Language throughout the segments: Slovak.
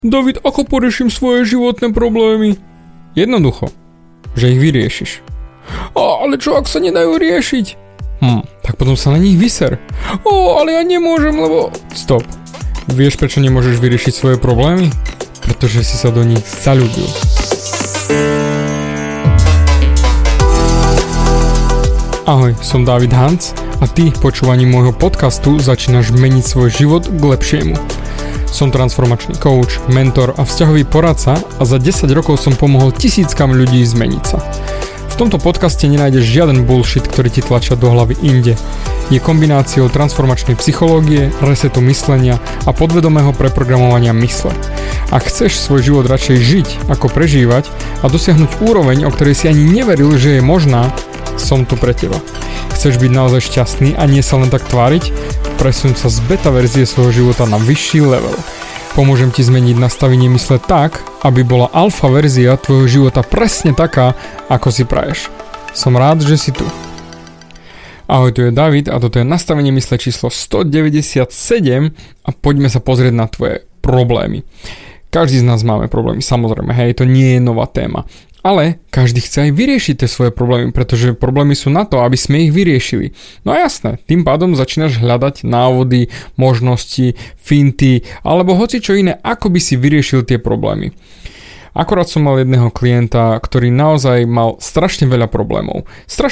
David, ako poriešim svoje životné problémy? Jednoducho, že ich vyriešiš. Ale čo, ak sa nedajú riešiť? Tak potom sa na nich vyser. Ale ja nemôžem, lebo... Stop. Vieš, prečo nemôžeš vyriešiť svoje problémy? Pretože si sa do nich zaľúbil. Ahoj, som David Hans a ty počúvaním môjho podcastu začínaš meniť svoj život k lepšiemu. Som transformačný coach, mentor a vzťahový poradca a za 10 rokov som pomohol tisíckam ľudí zmeniť sa. V tomto podcaste nenájdeš žiaden bullshit, ktorý ti tlačia do hlavy inde. Je kombináciou transformačnej psychológie, resetu myslenia a podvedomého preprogramovania mysle. Ak chceš svoj život radšej žiť, ako prežívať a dosiahnuť úroveň, o ktorej si ani neveril, že je možná, som tu pre teba. Chceš byť naozaj šťastný a nie sa len tak tváriť? Presuň sa z beta verzie svojho života na vyšší level. Pomôžem ti zmeniť nastavenie mysle tak, aby bola alfa verzia tvojho života presne taká, ako si praješ. Som rád, že si tu. Ahoj, tu je David a toto je nastavenie mysle číslo 197 a poďme sa pozrieť na tvoje problémy. Každý z nás máme problémy, samozrejme, hej, to nie je nová téma. Ale každý chce aj vyriešiť tie svoje problémy, pretože problémy sú na to, aby sme ich vyriešili. No a jasné, tým pádom začínaš hľadať návody, možnosti, finty alebo hocičo iné, ako by si vyriešil tie problémy. Akorát som mal jedného klienta, ktorý naozaj mal strašne veľa problémov.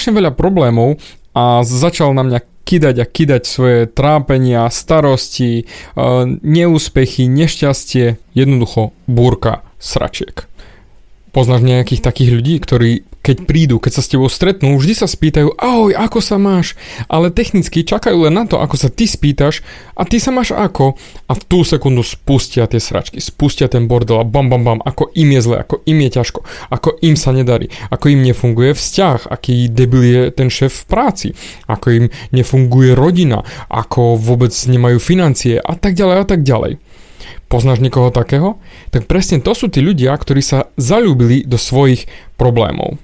A začal na mňa kidať svoje trápenia, starosti, neúspechy, nešťastie, jednoducho búrka sračiek. Poznáš nejakých takých ľudí, ktorí keď sa s tebou stretnú, vždy sa spýtajú: ahoj, ako sa máš? Ale technicky čakajú len na to, ako sa ty spýtaš a ty sa máš ako? A v tú sekundu spustia tie sračky, spustia ten bordel a bam, ako im je zle, ako im je ťažko, ako im sa nedarí, ako im nefunguje vzťah, aký debil je ten šéf v práci, ako im nefunguje rodina, ako vôbec nemajú financie a tak ďalej. Poznáš niekoho takého? Tak presne to sú tí ľudia, ktorí sa zaľúbili do svojich problémov.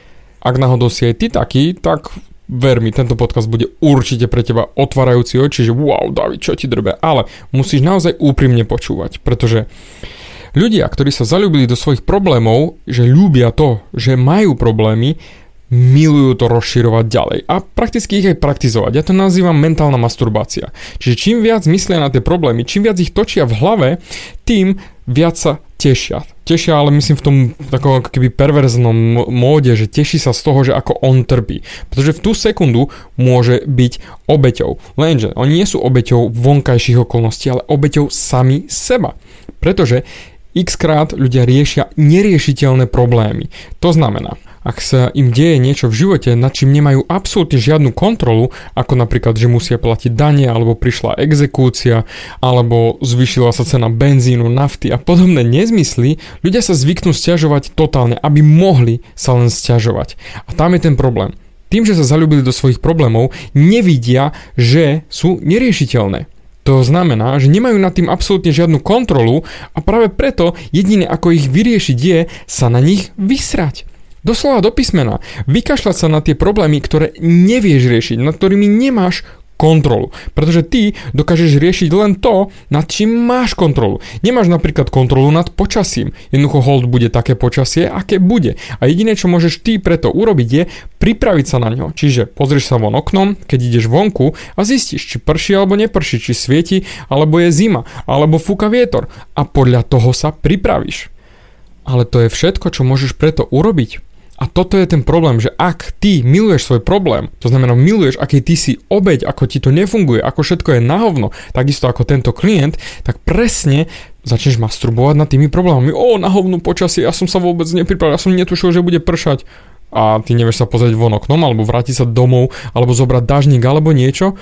Ak náhodou si aj ty taký, tak ver mi, tento podcast bude určite pre teba otvárajúci oči, že wow, David, čo ti drbe, ale musíš naozaj úprimne počúvať, pretože ľudia, ktorí sa zaľúbili do svojich problémov, že ľúbia to, že majú problémy, milujú to rozširovať ďalej a prakticky ich aj praktizovať. Ja to nazývam mentálna masturbácia. Čiže čím viac myslia na tie problémy, čím viac ich točia v hlave, tým viac sa tešia. Tešia, ale myslím v tom takom keby perverznom móde, že teší sa z toho, že ako on trpí. Pretože v tú sekundu môže byť obeťou. Lenže oni nie sú obeťou vonkajších okolností, ale obeťou sami seba. Pretože x-krát ľudia riešia neriešiteľné problémy. To znamená, ak sa im deje niečo v živote, nad čím nemajú absolútne žiadnu kontrolu, ako napríklad, že musia platiť dane, alebo prišla exekúcia, alebo zvýšila sa cena benzínu, nafty a podobné nezmysly, ľudia sa zvyknú sťažovať totálne, aby mohli sa len sťažovať. A tam je ten problém. Tým, že sa zaľúbili do svojich problémov, nevidia, že sú neriešiteľné. To znamená, že nemajú nad tým absolútne žiadnu kontrolu a práve preto jediné, ako ich vyriešiť, je sa na nich vysrať. Doslova do písmena. Vykašľať sa na tie problémy, ktoré nevieš riešiť, nad ktorými nemáš kontrolu. Pretože ty dokážeš riešiť len to, nad čím máš kontrolu. Nemáš napríklad kontrolu nad počasím. Jednoducho hold bude také počasie, aké bude. A jediné, čo môžeš ty preto urobiť, je pripraviť sa na ňo. Čiže pozrieš sa von oknom, keď ideš vonku a zistíš, či prší alebo neprší, či svieti, alebo je zima, alebo fúka vietor. A podľa toho sa pripravíš. Ale to je všetko, čo môžeš preto urobiť. A toto je ten problém, že ak ty miluješ svoj problém, to znamená miluješ, aký ty si obeť, ako ti to nefunguje, ako všetko je na hovno, takisto ako tento klient, tak presne začneš masturbovať nad tými problémami. Na hovno počasie, ja som sa vôbec nepripravil, ja som netušil, že bude pršať. A ty nevieš sa pozrieť von oknom, alebo vrátiť sa domov, alebo zobrať dážnik, alebo niečo.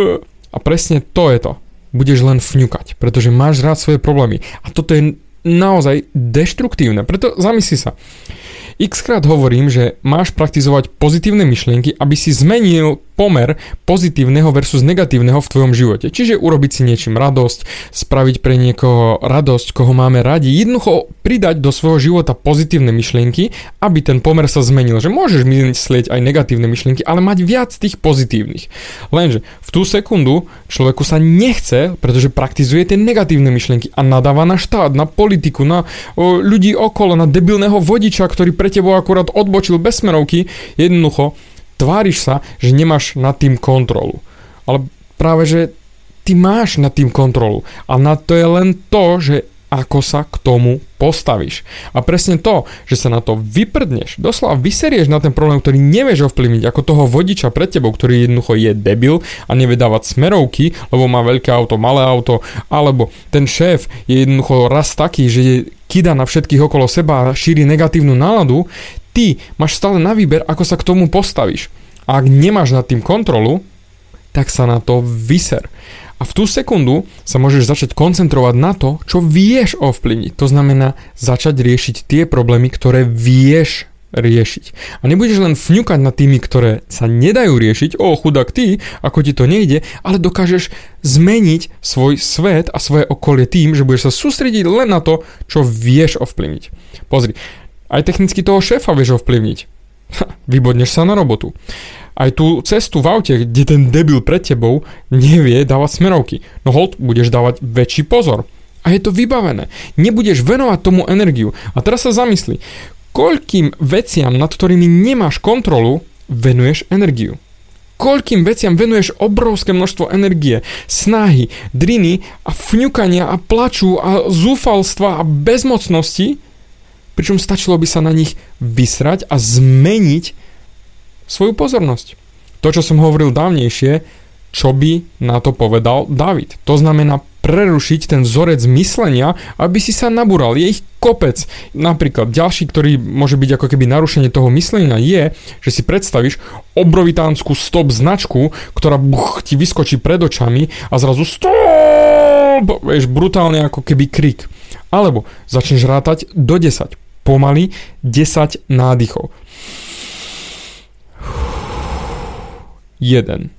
A presne to je to. Budeš len fňukať, pretože máš rád svoje problémy. A toto je naozaj deštruktívne, preto zamysli sa. X-krát hovorím, že máš praktizovať pozitívne myšlienky, aby si zmenil pomer pozitívneho versus negatívneho v tvojom živote. Čiže urobiť si niečím radosť, spraviť pre niekoho radosť, koho máme radi, jednoducho pridať do svojho života pozitívne myšlienky, aby ten pomer sa zmenil. Že môžeš myslieť aj negatívne myšlienky, ale mať viac tých pozitívnych. Lenže v tú sekundu človeku sa nechce, pretože praktizuje tie negatívne myšlienky a nadáva na štát, na politiku, na ľudí okolo, na debilného vodiča, ktorý pre tebou akurát odbočil bez smerovky. Jednoducho tváriš sa, že nemáš nad tým kontrolu. Ale práve, že ty máš nad tým kontrolu. A na to je len to, že ako sa k tomu postavíš. A presne to, že sa na to vyprdneš, doslova vyserieš na ten problém, ktorý nevieš ovplyvniť, ako toho vodiča pred tebou, ktorý jednoducho je debil a nevie dávať smerovky, lebo má veľké auto, malé auto, alebo ten šéf je jednoducho raz taký, že kýda na všetkých okolo seba a šíri negatívnu náladu, ty máš stále na výber, ako sa k tomu postavíš. A ak nemáš nad tým kontrolu, tak sa na to vyser. A v tú sekundu sa môžeš začať koncentrovať na to, čo vieš ovplyvniť. To znamená začať riešiť tie problémy, ktoré vieš riešiť. A nebudeš len fňukať nad tými, ktoré sa nedajú riešiť, chudák ty, ako ti to nejde, ale dokážeš zmeniť svoj svet a svoje okolie tým, že budeš sa sústrediť len na to, čo vieš ovplyvniť. Pozri, aj technicky toho šéfa vieš ovplyvniť. Vybodneš sa na robotu. Aj tú cestu v aute, kde ten debil pred tebou nevie dávať smerovky. No hold, budeš dávať väčší pozor. A je to vybavené. Nebudeš venovať tomu energiu. A teraz sa zamysli, koľkým veciam, nad ktorými nemáš kontrolu, venuješ energiu. Koľkým veciam venuješ obrovské množstvo energie, snahy, driny a fňukania a plaču a zúfalstva a bezmocnosti, pričom stačilo by sa na nich vysrať a zmeniť svoju pozornosť. To, čo som hovoril dávnejšie, čo by na to povedal David. To znamená prerušiť ten vzorec myslenia, aby si sa nabúral. Je ich kopec. Napríklad ďalší, ktorý môže byť ako keby narušenie toho myslenia je, že si predstavíš obrovitánsku stop značku, ktorá ti vyskočí pred očami a zrazu stop! Vieš, brutálne ako keby krik. Alebo začneš rátať do 10. Pomaly 10 nádychov. 1, 2.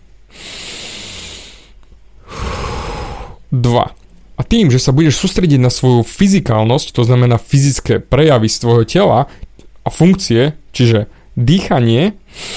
A tým, že sa budeš sústrediť na svoju fyzikálnosť, to znamená fyzické prejavy z tvojho tela a funkcie, čiže dýchanie,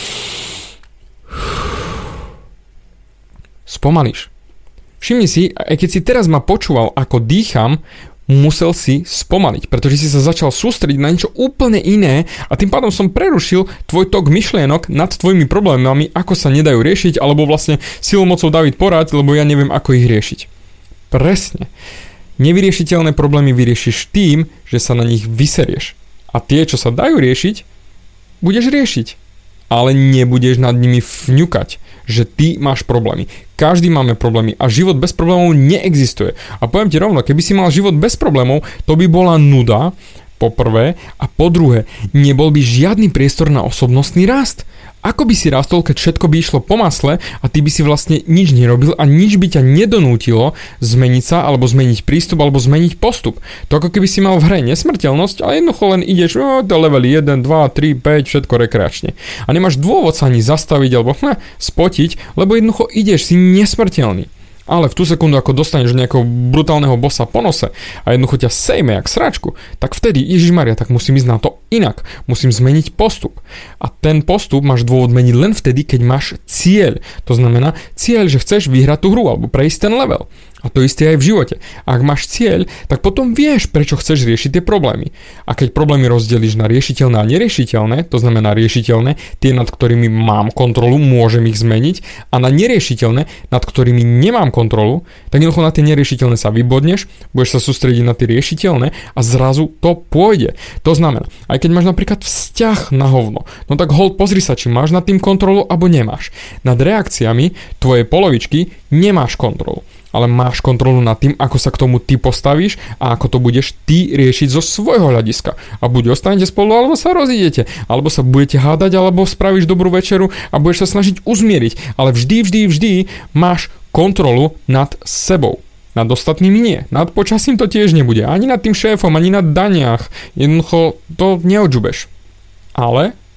spomalíš. Všimni si, aj keď si teraz ma počúval, ako dýcham, musel si spomaliť, pretože si sa začal sústrediť na niečo úplne iné a tým pádom som prerušil tvoj tok myšlienok nad tvojimi problémami, ako sa nedajú riešiť, alebo vlastne silou mocou David poráď, lebo ja neviem, ako ich riešiť. Presne. Nevyriešiteľné problémy vyriešiš tým, že sa na nich vyserieš. A tie, čo sa dajú riešiť, budeš riešiť. Ale nebudeš nad nimi fňukať, že ty máš problémy. Každý máme problémy a život bez problémov neexistuje. A poviem ti rovno, keby si mal život bez problémov, to by bola nuda, po prvé, a po druhé, nebol by žiadny priestor na osobnostný rast. Ako by si rastol, keď všetko by išlo po masle a ty by si vlastne nič nerobil a nič by ťa nedonútilo zmeniť sa, alebo zmeniť prístup, alebo zmeniť postup. To ako keby si mal v hre nesmrteľnosť, ale jednoducho len ideš do levely 1, 2, 3, 5, všetko rekreačne. A nemáš dôvod sa ani zastaviť alebo spotiť, lebo jednoducho ideš, si nesmrteľný. Ale v tú sekundu, ako dostaneš nejakého brutálneho bossa po nose a jednoducho ťa sejme jak sračku, tak vtedy, Ježišmaria, tak musím ísť na to inak. Musím zmeniť postup. A ten postup máš dôvod meniť len vtedy, keď máš cieľ. To znamená cieľ, že chceš vyhrať tú hru alebo prejsť ten level. A to isté aj v živote. Ak máš cieľ, tak potom vieš, prečo chceš riešiť tie problémy. A keď problémy rozdelíš na riešiteľné a neriešiteľné, to znamená riešiteľné, tie nad ktorými mám kontrolu, môžem ich zmeniť, a na neriešiteľné, nad ktorými nemám kontrolu, tak jednoducho na tie neriešiteľné sa vybodneš, budeš sa sústrediť na tie riešiteľné a zrazu to pôjde. To znamená, aj keď máš napríklad vzťah na hovno, no tak hold, pozri sa, či máš nad tým kontrolu alebo nemáš. Nad reakciami tvojej polovičky nemáš kontrolu, ale máš kontrolu nad tým, ako sa k tomu ty postavíš a ako to budeš ty riešiť zo svojho hľadiska. A buď ostanete spolu, alebo sa rozídete, alebo sa budete hádať, alebo spravíš dobrú večeru a budeš sa snažiť uzmieriť. Ale vždy máš kontrolu nad sebou. Nad ostatnými nie. Nad počasím to tiež nebude. Ani nad tým šéfom, ani nad daniach. Jednoducho to neodžubeš. Ale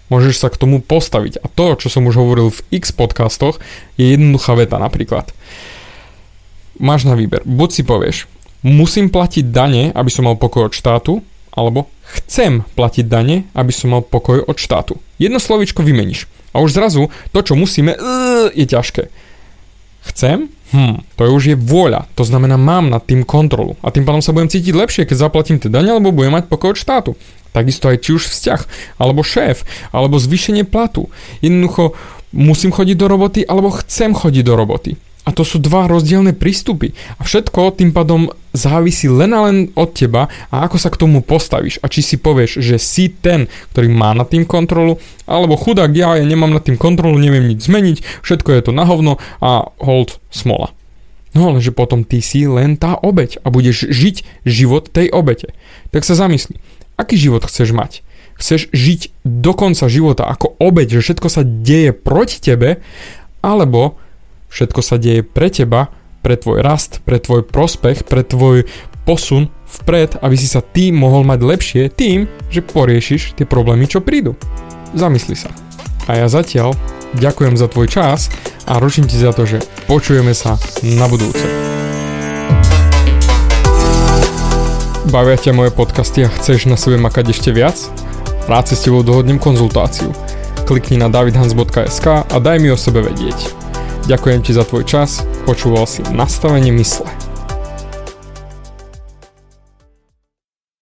Môžeš sa k tomu postaviť. A to, čo som už hovoril v X podcastoch, je jednoduchá veta napríklad. Máš na výber. Buď si povieš, musím platiť dane, aby som mal pokoj od štátu, alebo chcem platiť dane, aby som mal pokoj od štátu. Jedno slovíčko vymeníš. A už zrazu to, čo musíme, je ťažké. Chcem? To už je vôľa. To znamená, mám nad tým kontrolu. A tým pádom sa budem cítiť lepšie, keď zaplatím tie dane, alebo budem mať pokoj od štátu. Takisto aj či už vzťah, alebo šéf, alebo zvýšenie platu. Jednoducho, musím chodiť do roboty, alebo chcem chodiť do roboty. A to sú dva rozdielne prístupy. A všetko tým pádom závisí len a len od teba a ako sa k tomu postavíš. A či si povieš, že si ten, ktorý má nad tým kontrolu, alebo chudák ja nemám nad tým kontrolu, neviem nič zmeniť, všetko je to na hovno a hold smola. No lenže potom ty si len tá obeť a budeš žiť život tej obete. Tak sa zamysli, aký život chceš mať? Chceš žiť do konca života ako obeť, že všetko sa deje proti tebe, alebo všetko sa deje pre teba, pre tvoj rast, pre tvoj prospech, pre tvoj posun vpred, aby si sa ty mohol mať lepšie tým, že poriešiš tie problémy, čo prídu. Zamysli sa. A ja zatiaľ ďakujem za tvoj čas a ručím ti za to, že počujeme sa na budúce. Bavia ťa moje podcasty a chceš na sebe makať ešte viac? Rád si s tebou dohodnem konzultáciu. Klikni na davidhans.sk a daj mi o sebe vedieť. Ďakujem ti za tvoj čas, počúval si Nastavenie mysle.